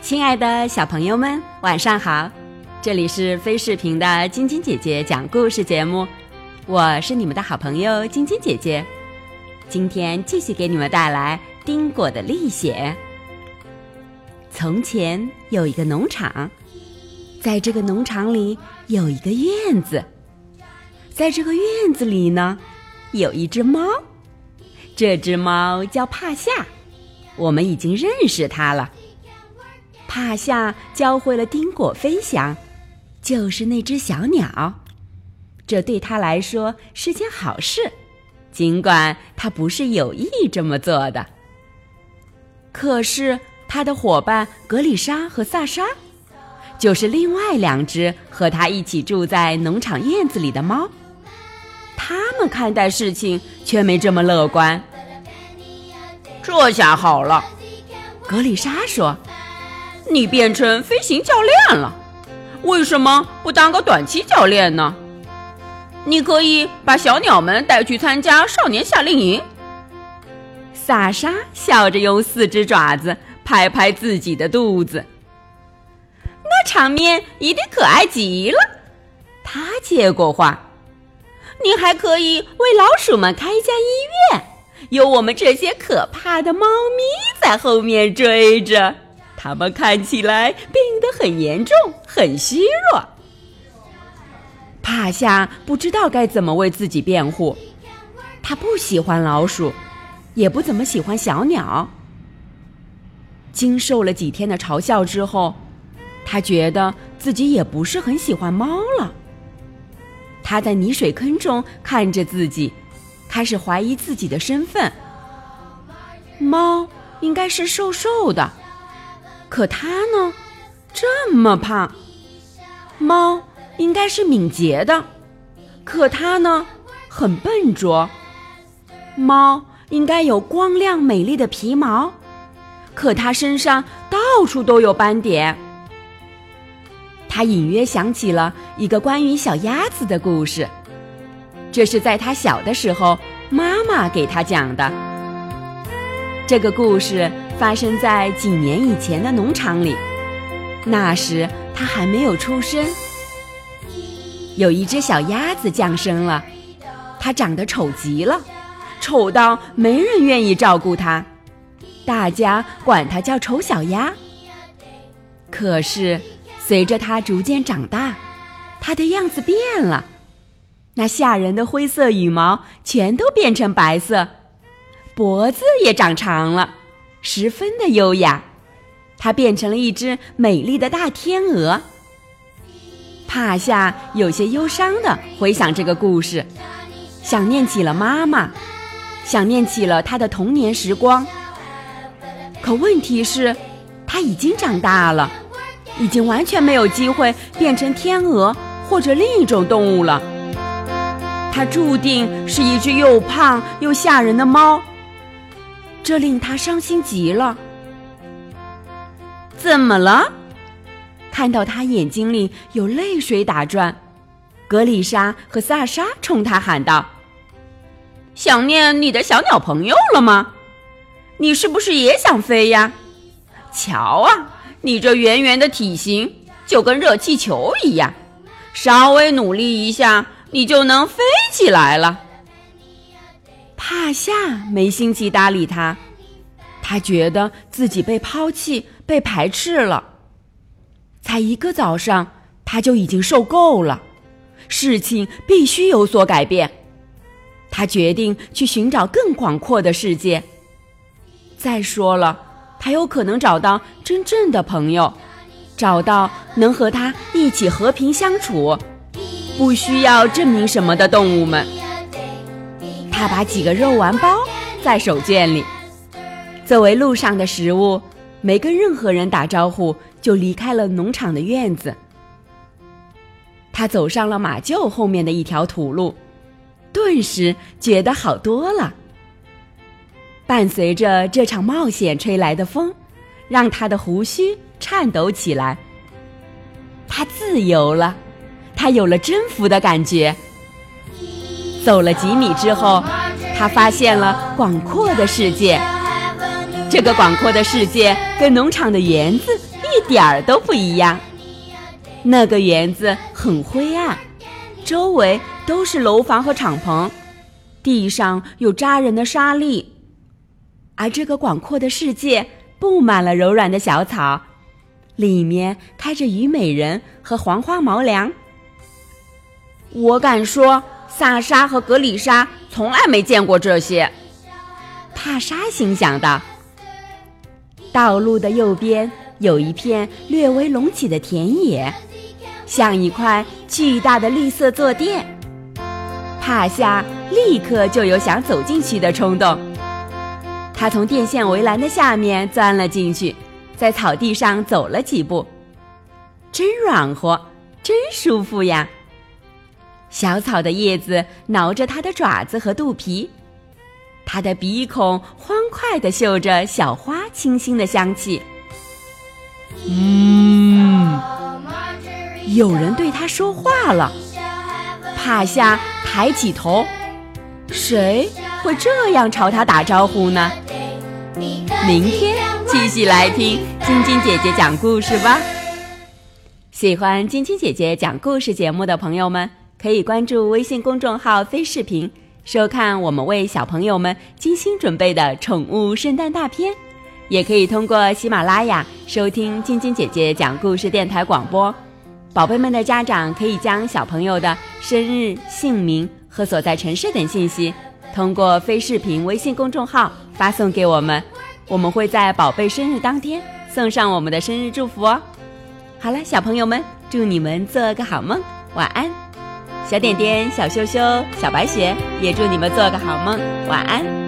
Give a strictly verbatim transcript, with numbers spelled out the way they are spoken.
亲爱的小朋友们，晚上好！这里是飞视频的晶晶姐姐讲故事节目，我是你们的好朋友晶晶姐姐。今天继续给你们带来丁果的历险。从前有一个农场，在这个农场里有一个院子，在这个院子里呢，有一只猫，这只猫叫帕夏，我们已经认识它了。帕夏教会了丁果飞翔，就是那只小鸟，这对他来说是件好事，尽管他不是有意这么做的。可是他的伙伴格里莎和萨莎，就是另外两只和他一起住在农场院子里的猫，他们看待事情却没这么乐观。 这下好了， 格里莎说， 你变成飞行教练了，为什么不当个短期教练呢？你可以把小鸟们带去参加少年夏令营。 萨莎笑着用四只爪子拍拍自己的肚子， 那场面一定可爱极了。 他接过话， 你还可以为老鼠们开一家医院，有我们这些可怕的猫咪在后面追着，它们看起来病得很严重，很虚弱。 帕夏不知道该怎么为自己辩护，他不喜欢老鼠，也不怎么喜欢小鸟。经受了几天的嘲笑之后，他觉得自己也不是很喜欢猫了。他在泥水坑中看着自己，开始怀疑自己的身份。猫应该是瘦瘦的，可它呢，这么胖。猫应该是敏捷的，可它呢，很笨拙。猫应该有光亮美丽的皮毛，可它身上到处都有斑点。他隐约想起了一个关于小鸭子的故事，这是在他小的时候妈妈给他讲的。这个故事发生在几年以前的农场里，那时他还没有出生。有一只小鸭子降生了，它长得丑极了，丑到没人愿意照顾它，大家管它叫丑小鸭。可是随着它逐渐长大，它的样子变了，那吓人的灰色羽毛全都变成白色，脖子也长长了，十分的优雅。它变成了一只美丽的大天鹅。帕夏有些忧伤地回想这个故事，想念起了妈妈，想念起了他的童年时光。可问题是，他已经长大了，已经完全没有机会变成天鹅或者另一种动物了。他注定是一只又胖又吓人的猫，这令他伤心极了。怎么了？看到他眼睛里有泪水打转，格里莎和萨莎冲他喊道， 想念你的小鸟朋友了吗？你是不是也想飞呀？瞧啊，你这圆圆的体型就跟热气球一样，稍微努力一下你就能飞起来了。 帕夏没心情搭理他，他觉得自己被抛弃，被排斥了。才一个早上，他就已经受够了，事情必须有所改变。他决定去寻找更广阔的世界。再说了，他有可能找到真正的朋友，找到能和他一起和平相处，不需要证明什么的动物们。他把几个肉丸包在手绢里，作为路上的食物，没跟任何人打招呼就离开了农场的院子。他走上了马厩后面的一条土路，顿时觉得好多了。伴随着这场冒险吹来的风，让他的胡须颤抖起来。他自由了，他有了征服的感觉。走了几米之后，他发现了广阔的世界。这个广阔的世界跟农场的园子一点儿都不一样。那个园子很灰暗，周围都是楼房和敞篷，地上有扎人的沙砾，而这个广阔的世界布满了柔软的小草，里面开着虞美人和黄花毛梁。我敢说，萨莎和格里莎从来没见过这些。帕莎心想道。道路的右边有一片略微隆起的田野，像一块巨大的绿色坐垫。帕夏立刻就有想走进去的冲动。他从电线围栏的下面钻了进去，在草地上走了几步。真软和，真舒服呀！小草的叶子挠着他的爪子和肚皮，他的鼻孔欢快地嗅着小花清新的香气。嗯，有人对他说话了。帕夏抬起头，谁会这样朝他打招呼呢？明天继续来听晶晶姐姐讲故事吧。喜欢晶晶姐姐讲故事节目的朋友们，可以关注微信公众号飞视频，收看我们为小朋友们精心准备的宠物圣诞大片，也可以通过喜马拉雅收听晶晶姐姐讲故事电台广播。宝贝们的家长可以将小朋友的生日、姓名和所在城市等信息通过飞视频微信公众号发送给我们，我们会在宝贝生日当天送上我们的生日祝福哦。好了，小朋友们，祝你们做个好梦，晚安。小点点、小羞羞、小白雪也祝你们做个好梦，晚安。